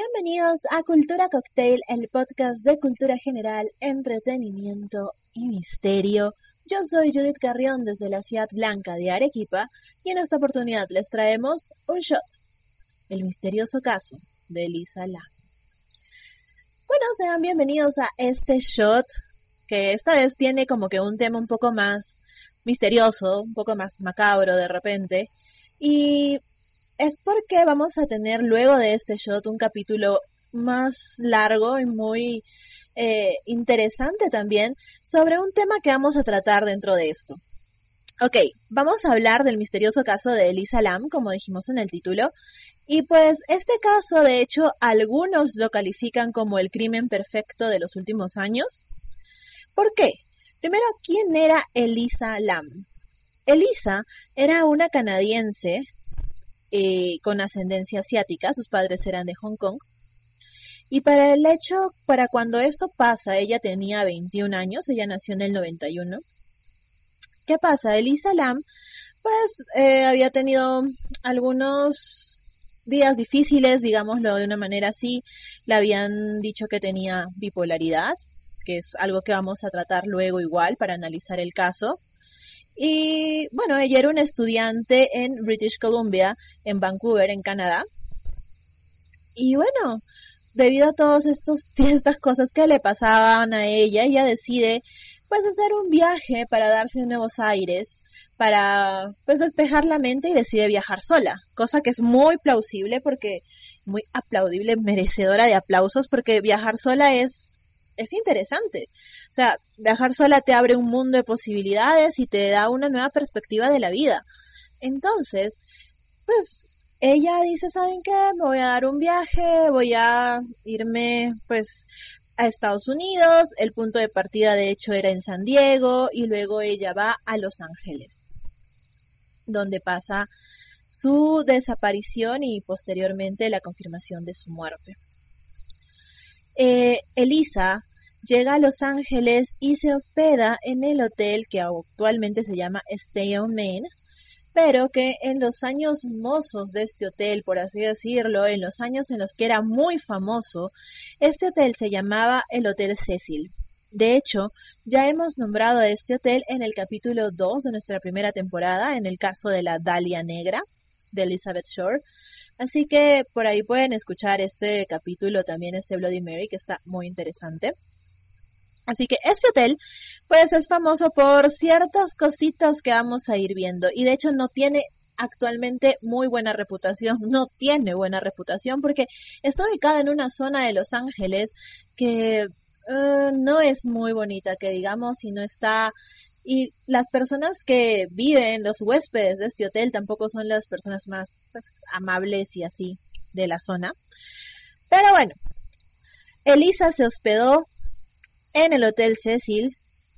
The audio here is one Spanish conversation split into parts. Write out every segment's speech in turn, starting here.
Bienvenidos a Cultura Cocktail, el podcast de cultura general, entretenimiento y misterio. Yo soy Judith Carrión desde la ciudad blanca de Arequipa y en esta oportunidad les traemos un shot, el misterioso caso de Elisa Lam. Bueno, sean bienvenidos a este shot que esta vez tiene como que un tema un poco más misterioso, un poco más macabro de repente, y es porque vamos a tener luego de este shot un capítulo más largo y muy interesante también sobre un tema que vamos a tratar dentro de esto. Ok, vamos a hablar del misterioso caso de Elisa Lam, como dijimos en el título, y pues este caso de hecho algunos lo califican como el crimen perfecto de los últimos años. ¿Por qué? Primero, ¿quién era Elisa Lam? Elisa era una canadiense con ascendencia asiática, sus padres eran de Hong Kong, y para cuando esto pasa, ella tenía 21 años, ella nació en el 91. ¿Qué pasa? Elisa Lam, pues, había tenido algunos días difíciles, digámoslo de una manera así, le habían dicho que tenía bipolaridad, que es algo que vamos a tratar luego igual para analizar el caso. Y bueno, ella era una estudiante en British Columbia, en Vancouver, en Canadá. Y bueno, debido a todas estas cosas que le pasaban a ella decide pues hacer un viaje para darse nuevos aires, para pues despejar la mente y decide viajar sola, cosa que es muy plausible muy aplaudible, merecedora de aplausos, porque viajar sola es interesante. O sea, viajar sola te abre un mundo de posibilidades y te da una nueva perspectiva de la vida. Entonces, pues, ella dice, ¿saben qué? Me voy a dar un viaje, voy a irme, pues, a Estados Unidos. El punto de partida, de hecho, era en San Diego, y luego ella va a Los Ángeles, donde pasa su desaparición y posteriormente la confirmación de su muerte. Elisa llega a Los Ángeles y se hospeda en el hotel que actualmente se llama Stay on Main, pero que en los años mozos de este hotel, por así decirlo, en los años en los que era muy famoso, este hotel se llamaba el Hotel Cecil. De hecho, ya hemos nombrado a este hotel en el capítulo 2 de nuestra primera temporada, en el caso de la Dalia Negra, de Elizabeth Shore. Así que por ahí pueden escuchar este capítulo, también este Bloody Mary, que está muy interesante. Así que este hotel, pues es famoso por ciertas cositas que vamos a ir viendo. Y de hecho no tiene actualmente muy buena reputación, no tiene buena reputación porque está ubicada en una zona de Los Ángeles que no es muy bonita, que digamos, y no está... Y las personas que viven, los huéspedes de este hotel, tampoco son las personas más pues, amables y así de la zona. Pero bueno, Elisa se hospedó en el Hotel Cecil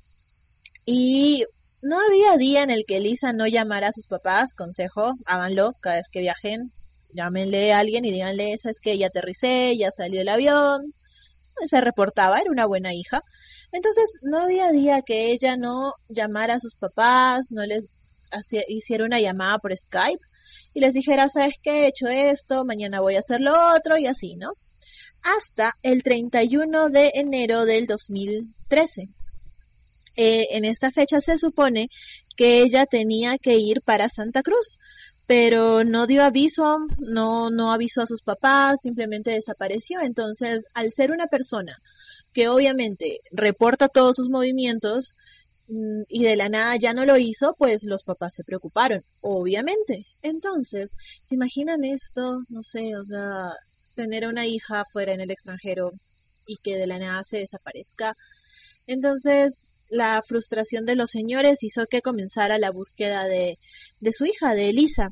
y no había día en el que Elisa no llamara a sus papás. Consejo, háganlo cada vez que viajen. Llámenle a alguien y díganle, ¿sabes qué? Ya aterricé, ya salió el avión. Se reportaba, era una buena hija. Entonces no había día que ella no llamara a sus papás, no les hiciera una llamada por Skype y les dijera, ¿sabes qué? He hecho esto, mañana voy a hacer lo otro y así, ¿no? Hasta el 31 de enero del 2013. En esta fecha se supone que ella tenía que ir para Santa Cruz, pero no dio aviso, no avisó a sus papás, simplemente desapareció. Entonces, al ser una persona que obviamente reporta todos sus movimientos y de la nada ya no lo hizo, pues los papás se preocuparon, obviamente. Entonces, ¿se imaginan esto? No sé, o sea, tener a una hija fuera en el extranjero y que de la nada se desaparezca. Entonces, la frustración de los señores hizo que comenzara la búsqueda de su hija, de Elisa.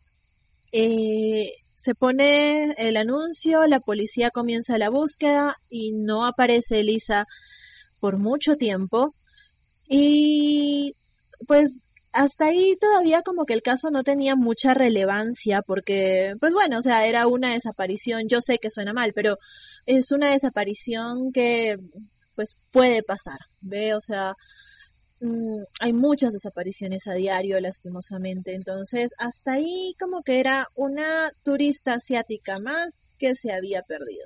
Se pone el anuncio, la policía comienza la búsqueda y no aparece Elisa por mucho tiempo. Y pues hasta ahí todavía como que el caso no tenía mucha relevancia porque, pues bueno, o sea, era una desaparición. Yo sé que suena mal, pero es una desaparición que pues puede pasar, ¿ve? O sea, hay muchas desapariciones a diario, lastimosamente. Entonces, hasta ahí como que era una turista asiática más que se había perdido.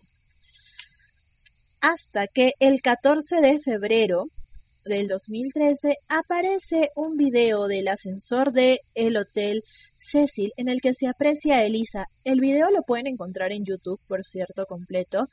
Hasta que el 14 de febrero del 2013 aparece un video del ascensor del Hotel Cecil en el que se aprecia a Elisa. El video lo pueden encontrar en YouTube, por cierto, completo.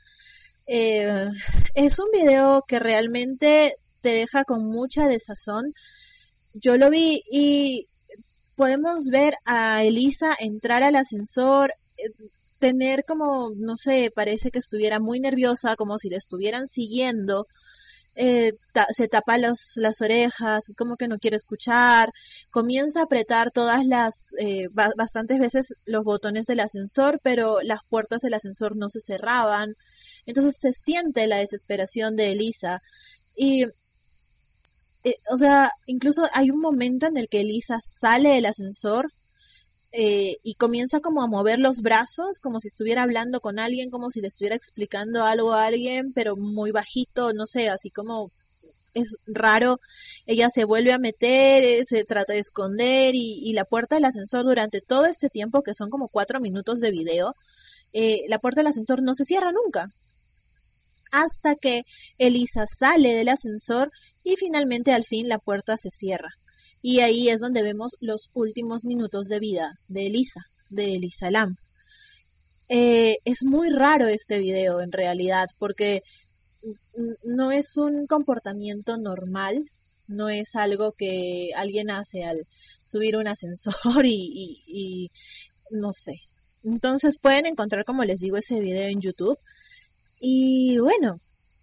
Es un video que realmente te deja con mucha desazón. Yo lo vi y podemos ver a Elisa entrar al ascensor, tener como, no sé, parece que estuviera muy nerviosa, como si le estuvieran siguiendo. Se tapa las orejas, es como que no quiere escuchar, comienza a apretar bastantes veces los botones del ascensor, pero las puertas del ascensor no se cerraban. Entonces se siente la desesperación de Elisa y o sea, incluso hay un momento en el que Elisa sale del ascensor y comienza como a mover los brazos, como si estuviera hablando con alguien, como si le estuviera explicando algo a alguien, pero muy bajito, no sé, así como es raro. Ella se vuelve a meter, se trata de esconder y la puerta del ascensor durante todo este tiempo, que son como 4 minutos de video, la puerta del ascensor no se cierra nunca. Hasta que Elisa sale del ascensor y finalmente al fin la puerta se cierra. Y ahí es donde vemos los últimos minutos de vida de Elisa Lam. Es muy raro este video en realidad porque no es un comportamiento normal, no es algo que alguien hace al subir un ascensor y no sé. Entonces pueden encontrar, como les digo, ese video en YouTube. Y bueno,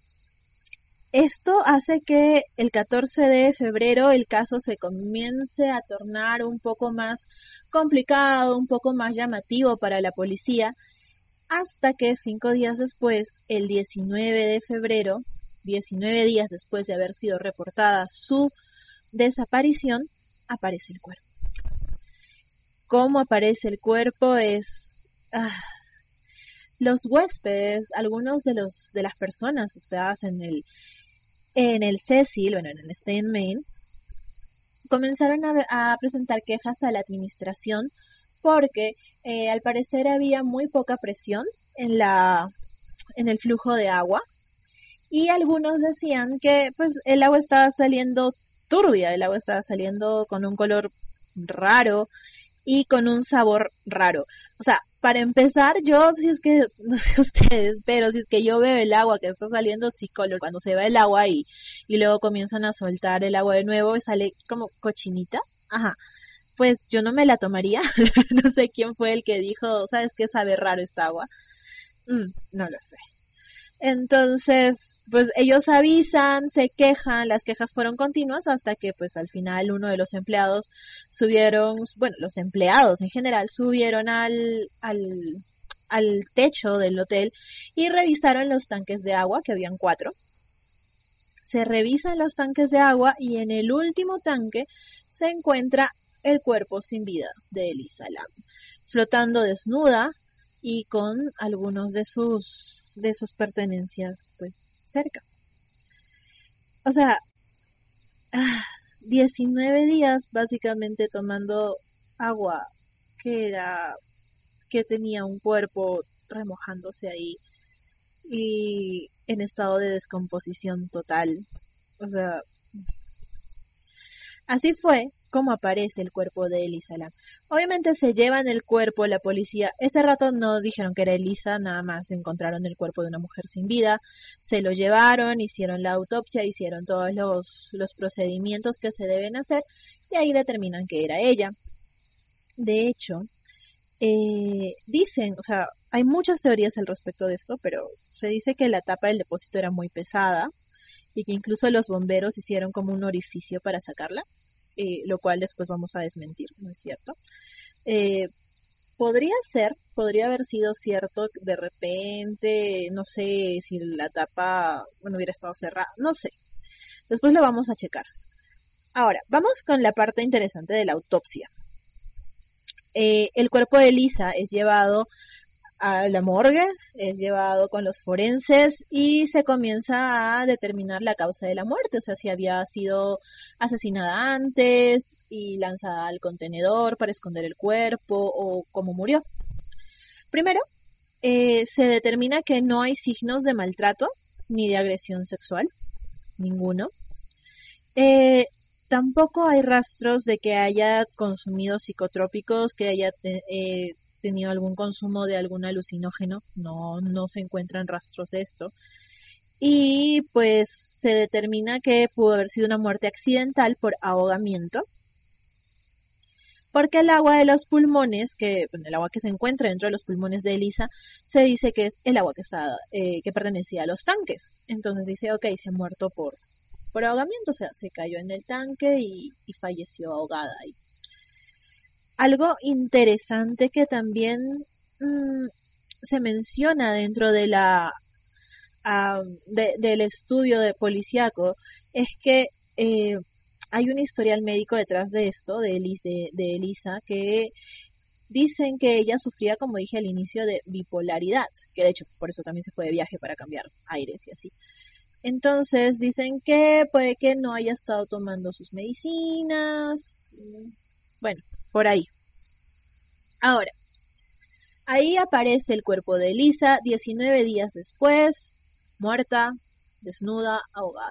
esto hace que el 14 de febrero el caso se comience a tornar un poco más complicado, un poco más llamativo para la policía, hasta que 5 días después, el 19 de febrero, 19 días después de haber sido reportada su desaparición, aparece el cuerpo. ¿Cómo aparece el cuerpo? Los huéspedes, algunos de las personas hospedadas en el Cecil, bueno, en el Stay in Main, comenzaron a presentar quejas a la administración porque al parecer había muy poca presión en el flujo de agua y algunos decían que pues el agua estaba saliendo turbia, el agua estaba saliendo con un color raro y con un sabor raro. O sea, para empezar, yo, si es que, no sé ustedes, pero si es que yo veo el agua que está saliendo, sí, color, cuando se va el agua y luego comienzan a soltar el agua de nuevo y sale como cochinita, ajá, pues yo no me la tomaría. No sé quién fue el que dijo, ¿sabes qué sabe raro esta agua? No lo sé. Entonces, pues ellos avisan, se quejan, las quejas fueron continuas hasta que pues al final uno de los empleados los empleados en general subieron al techo del hotel y revisaron los tanques de agua, que habían 4. Se revisan los tanques de agua y en el último tanque se encuentra el cuerpo sin vida de Elisa Lam, flotando desnuda y con algunos de sus pertenencias pues cerca. O sea, 19 días básicamente tomando agua que tenía un cuerpo remojándose ahí y en estado de descomposición total. O sea, así fue como aparece el cuerpo de Elisa Lam. Obviamente se llevan el cuerpo la policía. Ese rato no dijeron que era Elisa, nada más encontraron el cuerpo de una mujer sin vida. Se lo llevaron, hicieron la autopsia, hicieron todos los procedimientos que se deben hacer y ahí determinan que era ella. De hecho, dicen, o sea, hay muchas teorías al respecto de esto, pero se dice que la tapa del depósito era muy pesada y que incluso los bomberos hicieron como un orificio para sacarla. Lo cual después vamos a desmentir, ¿no es cierto? Podría haber sido cierto de repente, no sé si la tapa, hubiera estado cerrada, no sé. Después lo vamos a checar. Ahora, vamos con la parte interesante de la autopsia. El cuerpo de Elisa es llevado a la morgue, es llevado con los forenses y se comienza a determinar la causa de la muerte, o sea, si había sido asesinada antes y lanzada al contenedor para esconder el cuerpo o cómo murió. Primero, se determina que no hay signos de maltrato ni de agresión sexual, ninguno. Tampoco hay rastros de que haya consumido psicotrópicos, que haya tenido algún consumo de algún alucinógeno, no se encuentran rastros de esto. Y pues se determina que pudo haber sido una muerte accidental por ahogamiento, porque el agua de los pulmones, el agua que se encuentra dentro de los pulmones de Elisa, se dice que es el agua que pertenecía a los tanques. Entonces dice, ok, se ha muerto por ahogamiento, o sea, se cayó en el tanque y falleció ahogada ahí. Algo interesante que también se menciona dentro de del estudio de policíaco es que hay un historial médico detrás de esto, de Elisa, que dicen que ella sufría, como dije al inicio, de bipolaridad, que de hecho por eso también se fue de viaje para cambiar aires y así. Entonces dicen que puede que no haya estado tomando sus medicinas, bueno, por ahí. Ahora, ahí aparece el cuerpo de Elisa 19 días después, muerta, desnuda, ahogada.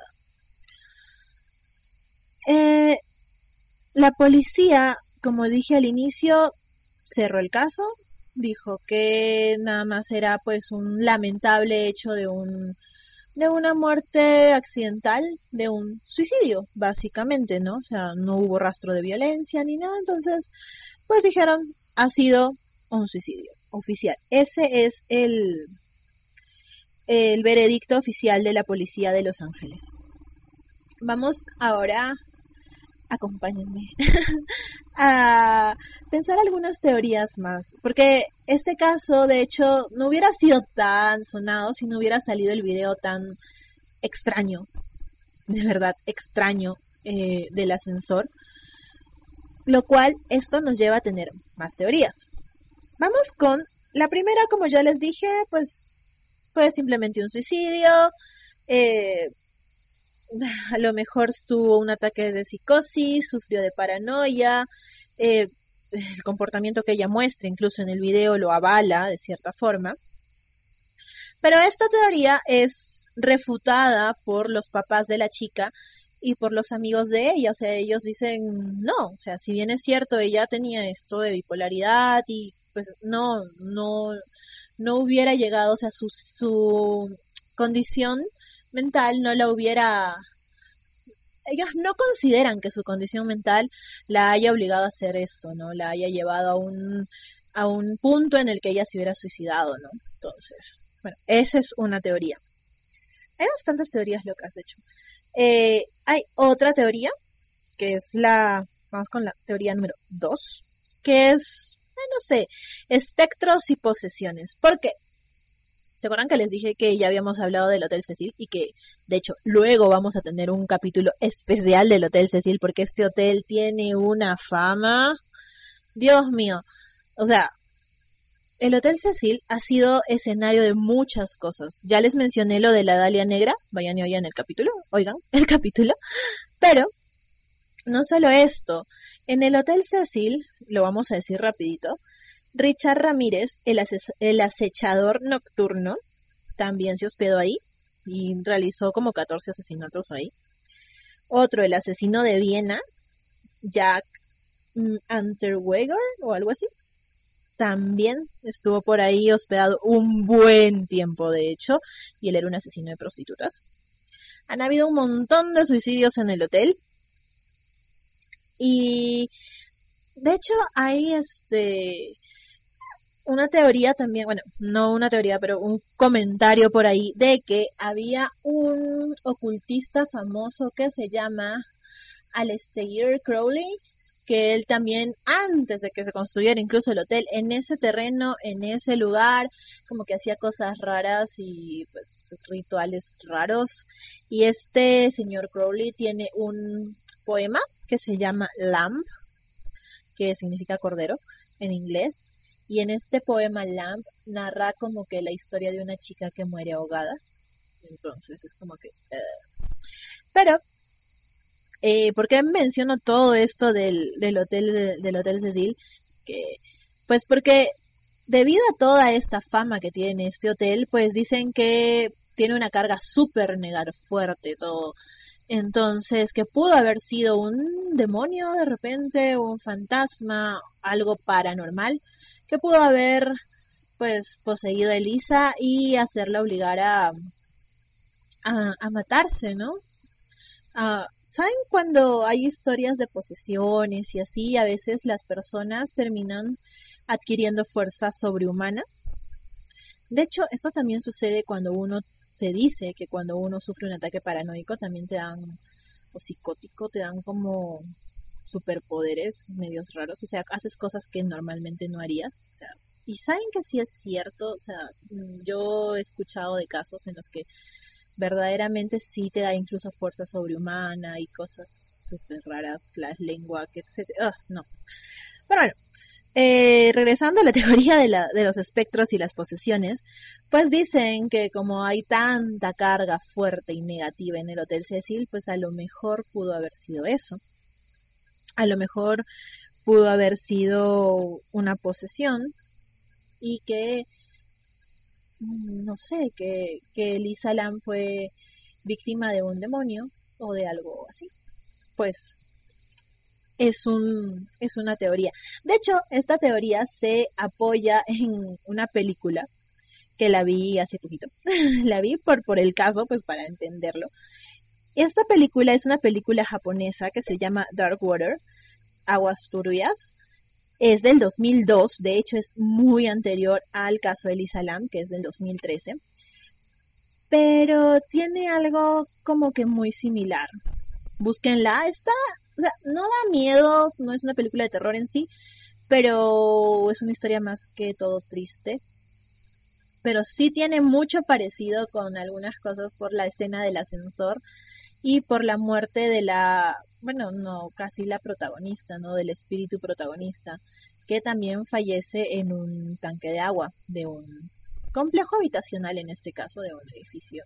La policía, como dije al inicio, cerró el caso, dijo que nada más era pues un lamentable hecho de una muerte accidental, de un suicidio, básicamente, ¿no? O sea, no hubo rastro de violencia ni nada, entonces, pues dijeron, ha sido un suicidio oficial. Ese es el veredicto oficial de la policía de Los Ángeles. Vamos ahora, acompáñenme, a pensar algunas teorías más, porque este caso, de hecho, no hubiera sido tan sonado si no hubiera salido el video tan extraño, de verdad extraño, del ascensor, lo cual esto nos lleva a tener más teorías. Vamos con la primera, como ya les dije, pues fue simplemente un suicidio, a lo mejor tuvo un ataque de psicosis, sufrió de paranoia, el comportamiento que ella muestra incluso en el video lo avala de cierta forma. Pero esta teoría es refutada por los papás de la chica y por los amigos de ella. O sea, ellos dicen, no, o sea, si bien es cierto, ella tenía esto de bipolaridad y pues no hubiera llegado, o sea, su condición mental no la hubiera... Ellos no consideran que su condición mental la haya obligado a hacer eso, ¿no? La haya llevado a un punto en el que ella se hubiera suicidado, ¿no? Entonces, bueno, esa es una teoría. Hay bastantes teorías locas, de hecho. Hay otra teoría, que es vamos con la teoría número 2, que es, no sé, espectros y posesiones. ¿Por qué? ¿Se acuerdan que les dije que ya habíamos hablado del Hotel Cecil? Y que, de hecho, luego vamos a tener un capítulo especial del Hotel Cecil, porque este hotel tiene una fama. Dios mío. O sea, el Hotel Cecil ha sido escenario de muchas cosas. Ya les mencioné lo de la Dalia Negra. Vayan y oigan el capítulo. Pero, no solo esto. En el Hotel Cecil, lo vamos a decir rapidito, Richard Ramírez, el acechador nocturno, también se hospedó ahí y realizó como 14 asesinatos ahí. Otro, el asesino de Viena, Jack Unterweger o algo así, también estuvo por ahí hospedado un buen tiempo, de hecho, y él era un asesino de prostitutas. Han habido un montón de suicidios en el hotel y de hecho hay una teoría también, bueno, no una teoría, pero un comentario por ahí de que había un ocultista famoso que se llama Aleister Crowley, que él también, antes de que se construyera incluso el hotel, en ese terreno, en ese lugar, como que hacía cosas raras y pues rituales raros. Y este señor Crowley tiene un poema que se llama Lamb, que significa cordero en inglés. Y en este poema Lamb narra como que la historia de una chica que muere ahogada. Entonces es como que... Pero, ¿por qué menciono todo esto del hotel del Hotel Cecil? Que, pues porque debido a toda esta fama que tiene este hotel, pues dicen que tiene una carga súper negar fuerte todo. Entonces, que pudo haber sido un demonio de repente, un fantasma, algo paranormal, que pudo haber pues poseído a Elisa y hacerla obligar a matarse, ¿no? ¿Saben cuando hay historias de posesiones y así, a veces las personas terminan adquiriendo fuerza sobrehumana? De hecho, esto también sucede cuando uno se dice que cuando uno sufre un ataque paranoico también te dan, o psicótico, te dan como superpoderes medios raros, o sea, haces cosas que normalmente no harías, o sea, y saben que sí es cierto, o sea, yo he escuchado de casos en los que verdaderamente sí te da incluso fuerza sobrehumana y cosas súper raras, las lenguas, etcétera. No. Pero bueno, regresando a la teoría de los espectros y las posesiones, pues dicen que como hay tanta carga fuerte y negativa en el Hotel Cecil, pues a lo mejor pudo haber sido eso. A lo mejor pudo haber sido una posesión y que no sé, que Elisa Lam fue víctima de un demonio o de algo así. Pues es una teoría. De hecho, esta teoría se apoya en una película que la vi hace poquito. La vi por el caso, pues para entenderlo. Esta película es una película japonesa que se llama Dark Water, Aguas Turbias. Es del 2002, de hecho es muy anterior al caso de Elisa Lam, que es del 2013. Pero tiene algo como que muy similar. Búsquenla, o sea, no da miedo, no es una película de terror en sí, pero es una historia más que todo triste. Pero sí tiene mucho parecido con algunas cosas por la escena del ascensor y por la muerte de bueno, no, casi la protagonista, ¿no? Del espíritu protagonista, que también fallece en un tanque de agua de un complejo habitacional, en este caso, de un edificio.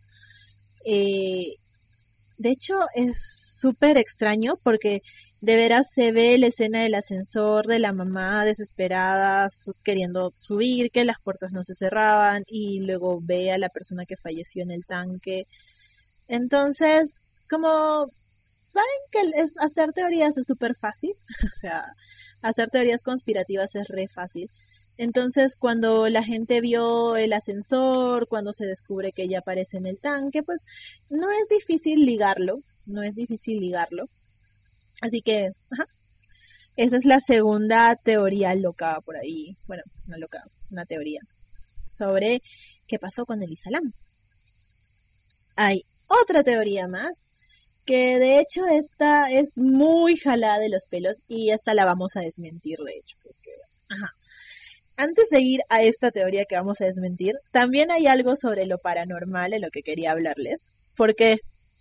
De hecho, es súper extraño porque de veras se ve la escena del ascensor de la mamá desesperada queriendo subir, que las puertas no se cerraban y luego ve a la persona que falleció en el tanque. Entonces, como saben que hacer teorías es súper fácil, o sea, hacer teorías conspirativas es re fácil. Entonces, cuando la gente vio el ascensor, cuando se descubre que ella aparece en el tanque, pues no es difícil ligarlo, no es difícil ligarlo. Así que, ajá, esa es la segunda teoría loca por ahí, bueno, no loca, una teoría sobre qué pasó con Elisa Lam. Hay otra teoría más, que de hecho esta es muy jalada de los pelos y esta la vamos a desmentir, de hecho, porque, ajá. Antes de ir a esta teoría que vamos a desmentir, también hay algo sobre lo paranormal de lo que quería hablarles, porque,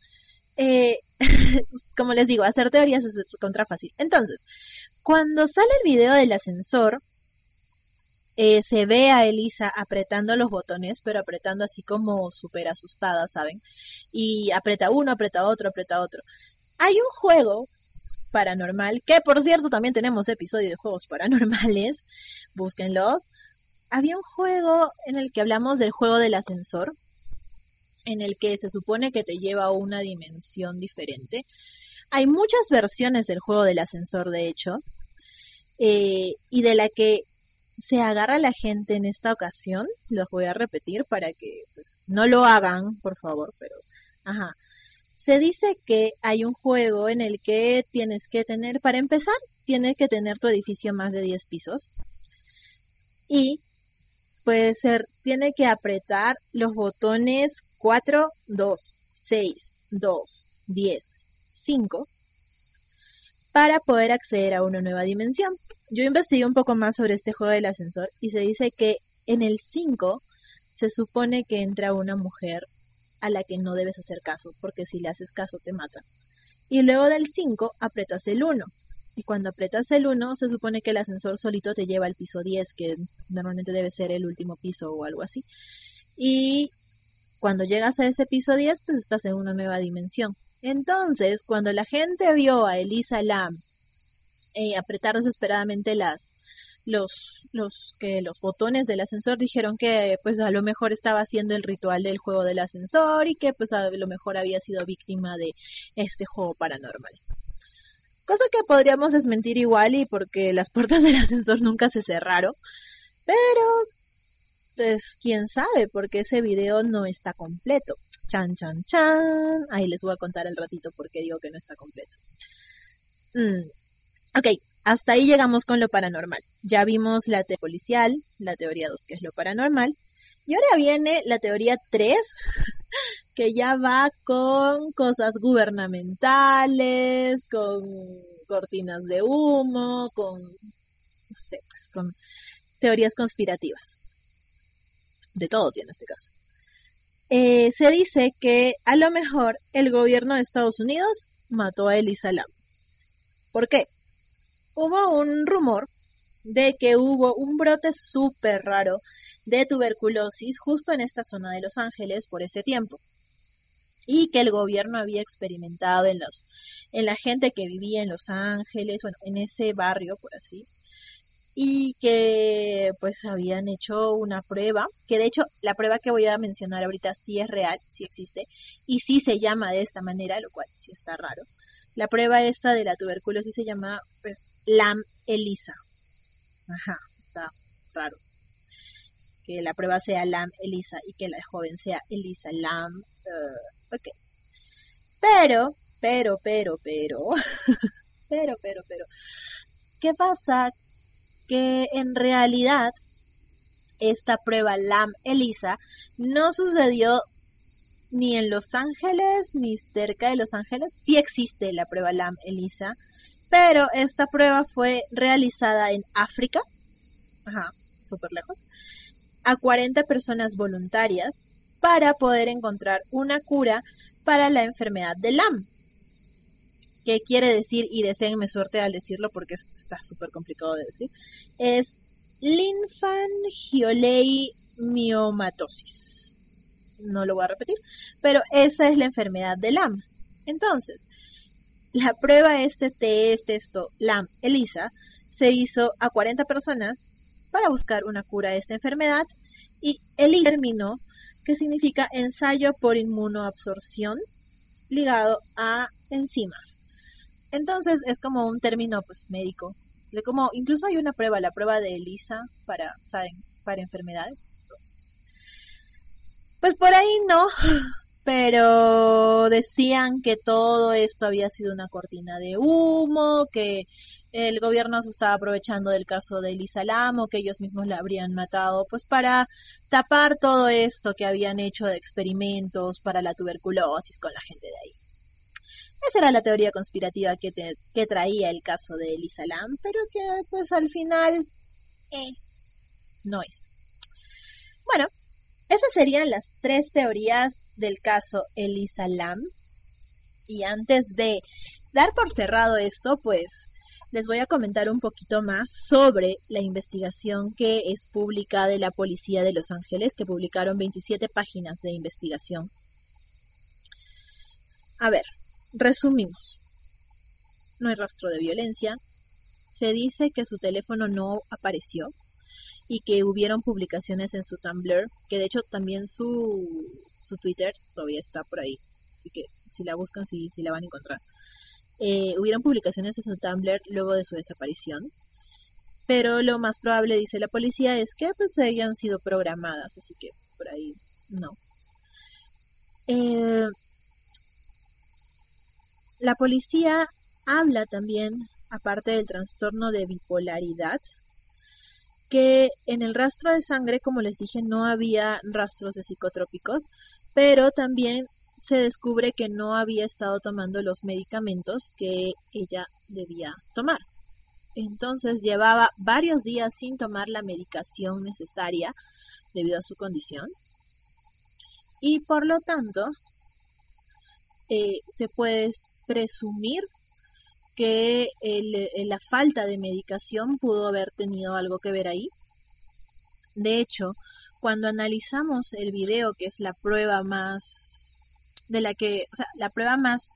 como les digo, hacer teorías es contra fácil. Entonces, cuando sale el video del ascensor, se ve a Elisa apretando los botones, pero apretando así como súper asustada, ¿saben? Y aprieta uno, aprieta otro, aprieta otro. Hay un juego paranormal, que por cierto también tenemos episodio de juegos paranormales, búsquenlo. Había un juego en el que hablamos del juego del ascensor, en el que se supone que te lleva a una dimensión diferente. Hay muchas versiones del juego del ascensor, de hecho, y de la que se agarra la gente en esta ocasión, los voy a repetir para que pues no lo hagan, por favor, pero ajá. Se dice que hay un juego en el que tienes que tener, para empezar, tienes que tener tu edificio más de 10 pisos. Y puede ser, tiene que apretar los botones 4, 2, 6, 2, 10, 5 para poder acceder a una nueva dimensión. Yo investigué un poco más sobre este juego del ascensor y se dice que en el 5 se supone que entra una mujer a la que no debes hacer caso, porque si le haces caso te mata. Y luego del 5 apretas el 1. Y cuando apretas el 1, se supone que el ascensor solito te lleva al piso 10, que normalmente debe ser el último piso o algo así. Y cuando llegas a ese piso 10, pues estás en una nueva dimensión. Entonces, cuando la gente vio a Elisa Lam apretar desesperadamente los botones del ascensor, dijeron que pues a lo mejor estaba haciendo el ritual del juego del ascensor y que pues a lo mejor había sido víctima de este juego paranormal. Cosa que podríamos desmentir igual, y porque las puertas del ascensor nunca se cerraron, pero pues quién sabe, porque ese video no está completo. Chan, chan, chan. Ahí les voy a contar al ratito por qué digo que no está completo. Ok, hasta ahí llegamos con lo paranormal. Ya vimos la teoría policial, la teoría 2, que es lo paranormal. Y ahora viene la teoría 3, que ya va con cosas gubernamentales, con cortinas de humo, con, no sé, pues con teorías conspirativas. De todo tiene este caso. Se dice que a lo mejor el gobierno de Estados Unidos mató a Elisa Lam. ¿Por qué? Hubo un rumor de que hubo un brote súper raro de tuberculosis justo en esta zona de Los Ángeles por ese tiempo, y que el gobierno había experimentado en la gente que vivía en Los Ángeles, bueno, en ese barrio, por así, y que pues habían hecho una prueba, que de hecho la prueba que voy a mencionar ahorita sí es real, sí existe, y sí se llama de esta manera, lo cual sí está raro. La prueba esta de la tuberculosis se llama pues Lam-Elisa. Ajá, está raro. Que la prueba sea Lam-Elisa y que la joven sea Elisa Lam. Ok. Pero. ¿Qué pasa? Que en realidad esta prueba Lam-Elisa no sucedió ni en Los Ángeles ni cerca de Los Ángeles. Sí existe la prueba Lam-Elisa, pero esta prueba fue realizada en África, súper lejos, a 40 personas voluntarias para poder encontrar una cura para la enfermedad de Lam. ¿Qué quiere decir? Y deseenme suerte al decirlo porque esto está súper complicado de decir. Es linfangiolei-miomatosis. No lo voy a repetir, pero esa es la enfermedad de Lam. Entonces, la prueba Lam-Elisa se hizo a 40 personas para buscar una cura a esta enfermedad, y el término que significa ensayo por inmunoabsorción ligado a enzimas. Entonces es como un término pues médico, de como incluso hay una prueba, la prueba de ELISA para enfermedades. Entonces, pues por ahí no, pero decían que todo esto había sido una cortina de humo, que el gobierno se estaba aprovechando del caso de Elisa Lam, o que ellos mismos la habrían matado pues para tapar todo esto que habían hecho de experimentos para la tuberculosis con la gente de ahí. Esa era la teoría conspirativa que traía el caso de Elisa Lam, pero que pues al final no es. Bueno, esas serían las 3 teorías del caso Elisa Lam. Y antes de dar por cerrado esto, pues les voy a comentar un poquito más sobre la investigación que es pública de la policía de Los Ángeles, que publicaron 27 páginas de investigación. A ver, resumimos. No hay rastro de violencia. Se dice que su teléfono no apareció y que hubieron publicaciones en su Tumblr, que de hecho también su Twitter todavía está por ahí, así que si la buscan sí la van a encontrar. Hubieron publicaciones en su Tumblr luego de su desaparición, pero lo más probable, dice la policía, es que pues hayan sido programadas, así que por ahí no. La policía habla también, aparte del trastorno de bipolaridad, que en el rastro de sangre, como les dije, no había rastros de psicotrópicos, pero también se descubre que no había estado tomando los medicamentos que ella debía tomar. Entonces llevaba varios días sin tomar la medicación necesaria debido a su condición, y por lo tanto se puede presumir que la falta de medicación pudo haber tenido algo que ver ahí. De hecho, cuando analizamos el video, que es la prueba más la prueba más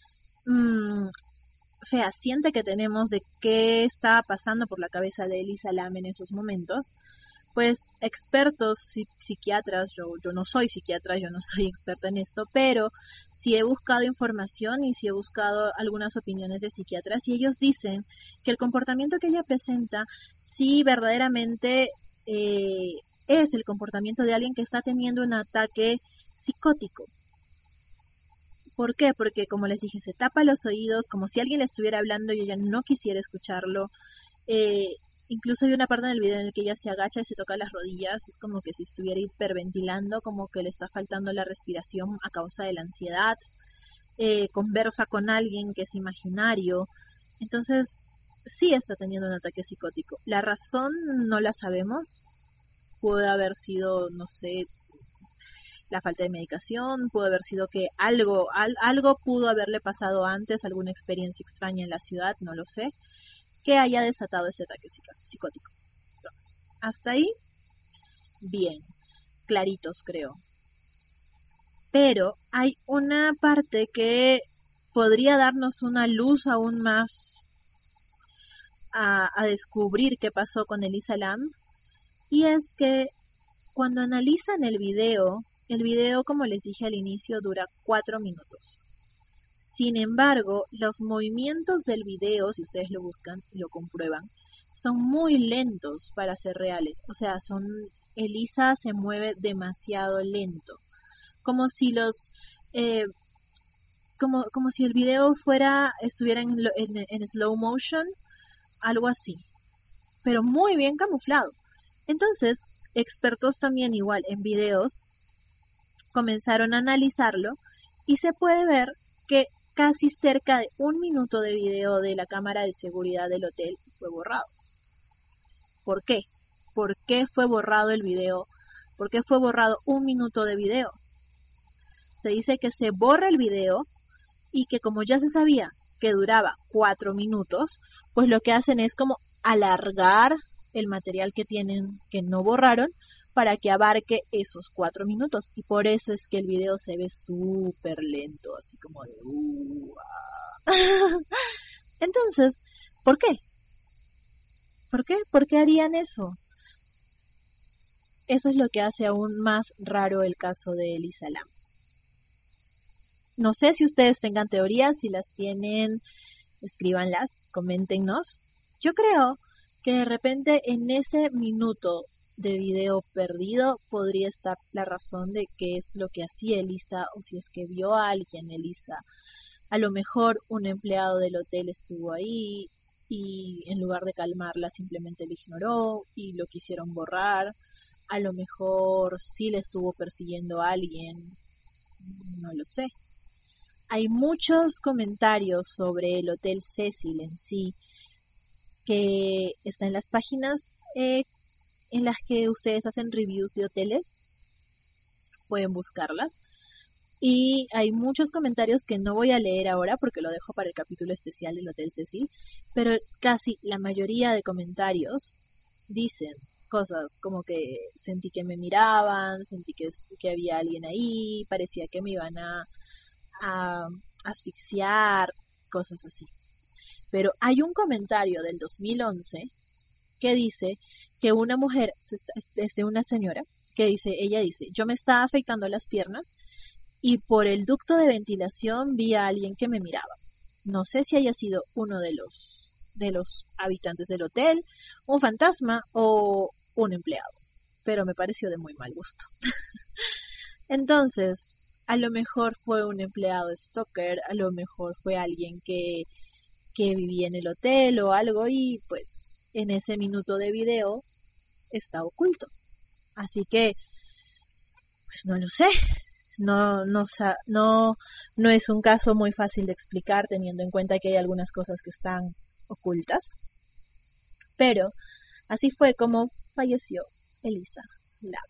fehaciente que tenemos de qué estaba pasando por la cabeza de Elisa Lam en esos momentos, pues expertos psiquiatras, yo no soy psiquiatra, yo no soy experta en esto, pero sí he buscado información y sí he buscado algunas opiniones de psiquiatras y ellos dicen que el comportamiento que ella presenta sí verdaderamente es el comportamiento de alguien que está teniendo un ataque psicótico. ¿Por qué? Porque, como les dije, se tapa los oídos, como si alguien le estuviera hablando y ella no quisiera escucharlo. Incluso hay una parte del video en el que ella se agacha y se toca las rodillas, es como que si estuviera hiperventilando, como que le está faltando la respiración a causa de la ansiedad. Conversa con alguien que es imaginario. Entonces, sí está teniendo un ataque psicótico. La razón no la sabemos. Puede haber sido, no sé, la falta de medicación, pudo haber sido que algo pudo haberle pasado antes, alguna experiencia extraña en la ciudad, no lo sé, que haya desatado ese ataque psicótico. Entonces, hasta ahí, bien, claritos creo. Pero hay una parte que podría darnos una luz aún más a descubrir qué pasó con Elisa Lam, y es que cuando analizan el video, como les dije al inicio, dura 4 minutos. Sin embargo, los movimientos del video, si ustedes lo buscan y lo comprueban, son muy lentos para ser reales. O sea, Elisa se mueve demasiado lento. Como si como si el video estuviera en slow motion, algo así. Pero muy bien camuflado. Entonces, expertos también igual en videos comenzaron a analizarlo y se puede ver que casi cerca de 1 minuto de video de la cámara de seguridad del hotel fue borrado. ¿Por qué? ¿Por qué fue borrado el video? ¿Por qué fue borrado 1 minuto de video? Se dice que se borra el video y que como ya se sabía que duraba 4 minutos, pues lo que hacen es como alargar el material que tienen, que no borraron, para que abarque esos 4 minutos. Y por eso es que el video se ve súper lento, así como de... Entonces, ¿por qué? ¿Por qué? ¿Por qué harían eso? Eso es lo que hace aún más raro el caso de Elisa Lam. No sé si ustedes tengan teorías, si las tienen, escríbanlas, coméntenos. Yo creo que de repente en ese minuto de video perdido podría estar la razón de qué es lo que hacía Elisa, o si es que vio a alguien Elisa. A lo mejor un empleado del hotel estuvo ahí y en lugar de calmarla simplemente la ignoró y lo quisieron borrar. A lo mejor sí le estuvo persiguiendo a alguien, no lo sé. Hay muchos comentarios sobre el Hotel Cecil en sí, que está en las páginas en las que ustedes hacen reviews de hoteles, pueden buscarlas, y hay muchos comentarios que no voy a leer ahora porque lo dejo para el capítulo especial del Hotel Cecil, pero casi la mayoría de comentarios dicen cosas como que sentí que me miraban, sentí que había alguien ahí, parecía que me iban a asfixiar, cosas así. Pero hay un comentario del 2011 que dice que una mujer, es de una señora, ella dice, yo me estaba afeitando las piernas y por el ducto de ventilación vi a alguien que me miraba. No sé si haya sido uno de los habitantes del hotel, un fantasma o un empleado, pero me pareció de muy mal gusto. Entonces, a lo mejor fue un empleado stalker, a lo mejor fue alguien que vivía en el hotel o algo y pues en ese minuto de video está oculto. Así que, pues no lo sé. No es un caso muy fácil de explicar teniendo en cuenta que hay algunas cosas que están ocultas. Pero así fue como falleció Elisa Lam.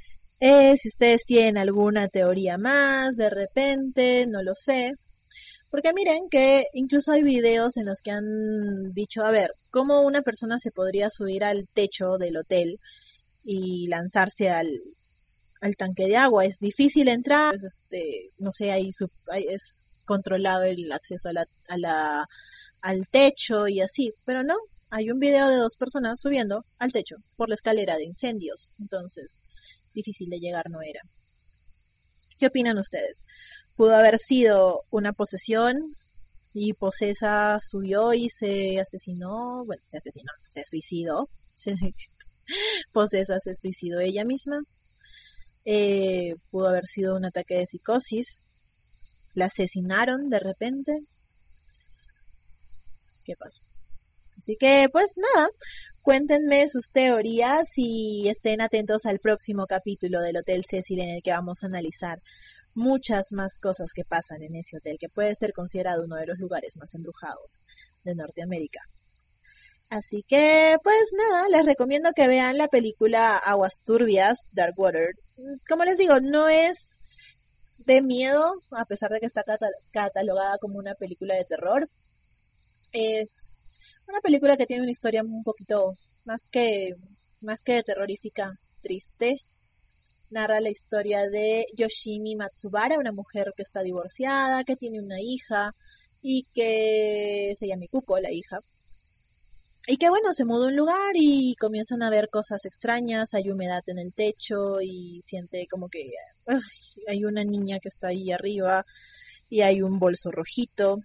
Si ustedes tienen alguna teoría más, de repente, no lo sé, Porque miren que incluso hay videos en los que han dicho, a ver, ¿cómo una persona se podría subir al techo del hotel y lanzarse al tanque de agua? Es difícil entrar, pues, no sé, es controlado el acceso al techo y así, pero no, hay un video de 2 personas subiendo al techo por la escalera de incendios, entonces difícil de llegar no era. ¿Qué opinan ustedes? ¿Pudo haber sido una posesión y Posesa subió y se asesinó? Bueno, se suicidó. Posesa se suicidó ella misma. Pudo haber sido un ataque de psicosis. ¿La asesinaron de repente? ¿Qué pasó? Así que, pues nada, cuéntenme sus teorías y estén atentos al próximo capítulo del Hotel Cecil, en el que vamos a analizar muchas más cosas que pasan en ese hotel, que puede ser considerado uno de los lugares más embrujados de Norteamérica. Así que, pues nada, les recomiendo que vean la película Aguas Turbias, Dark Water. Como les digo, no es de miedo, a pesar de que está catalogada como una película de terror. Es una película que tiene una historia un poquito más que de terrorífica, triste. Narra la historia de Yoshimi Matsubara, una mujer que está divorciada, que tiene una hija y que se llama Mikuko, la hija. Y que bueno, se mudó a un lugar y comienzan a ver cosas extrañas, hay humedad en el techo y siente como que hay una niña que está ahí arriba y hay un bolso rojito.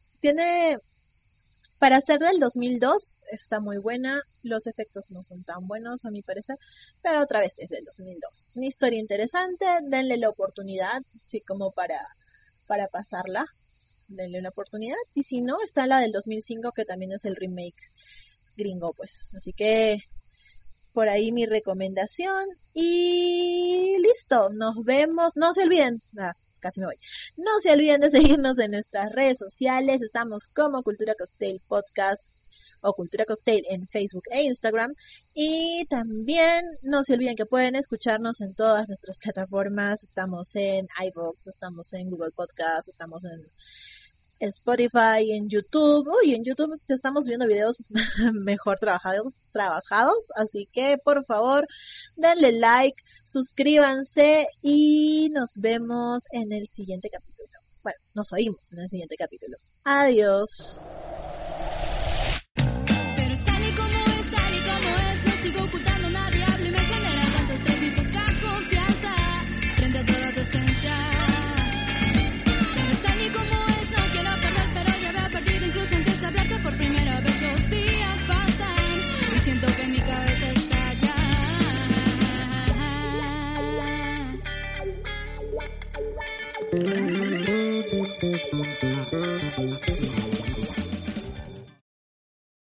Para ser del 2002, está muy buena. Los efectos no son tan buenos, a mi parecer, pero otra vez es del 2002. Una historia interesante, denle la oportunidad, sí, como para pasarla. Denle una oportunidad. Y si no, está la del 2005, que también es el remake gringo, pues. Así que por ahí mi recomendación. Y listo, nos vemos. No se olviden. Casi me voy. No se olviden de seguirnos en nuestras redes sociales. Estamos como Cultura Cocktail Podcast o Cultura Cocktail en Facebook e Instagram. Y también no se olviden que pueden escucharnos en todas nuestras plataformas. Estamos en iVoox, estamos en Google Podcast, estamos en Spotify, en YouTube. En YouTube ya estamos viendo videos mejor trabajados, así que por favor denle like, suscríbanse y nos vemos en el siguiente capítulo. Bueno, nos oímos en el siguiente capítulo. Adiós. Pero es tal y como es, lo sigo ocultando, nadie habla y me genera tanto estrés y poca confianza frente a toda tu esencia.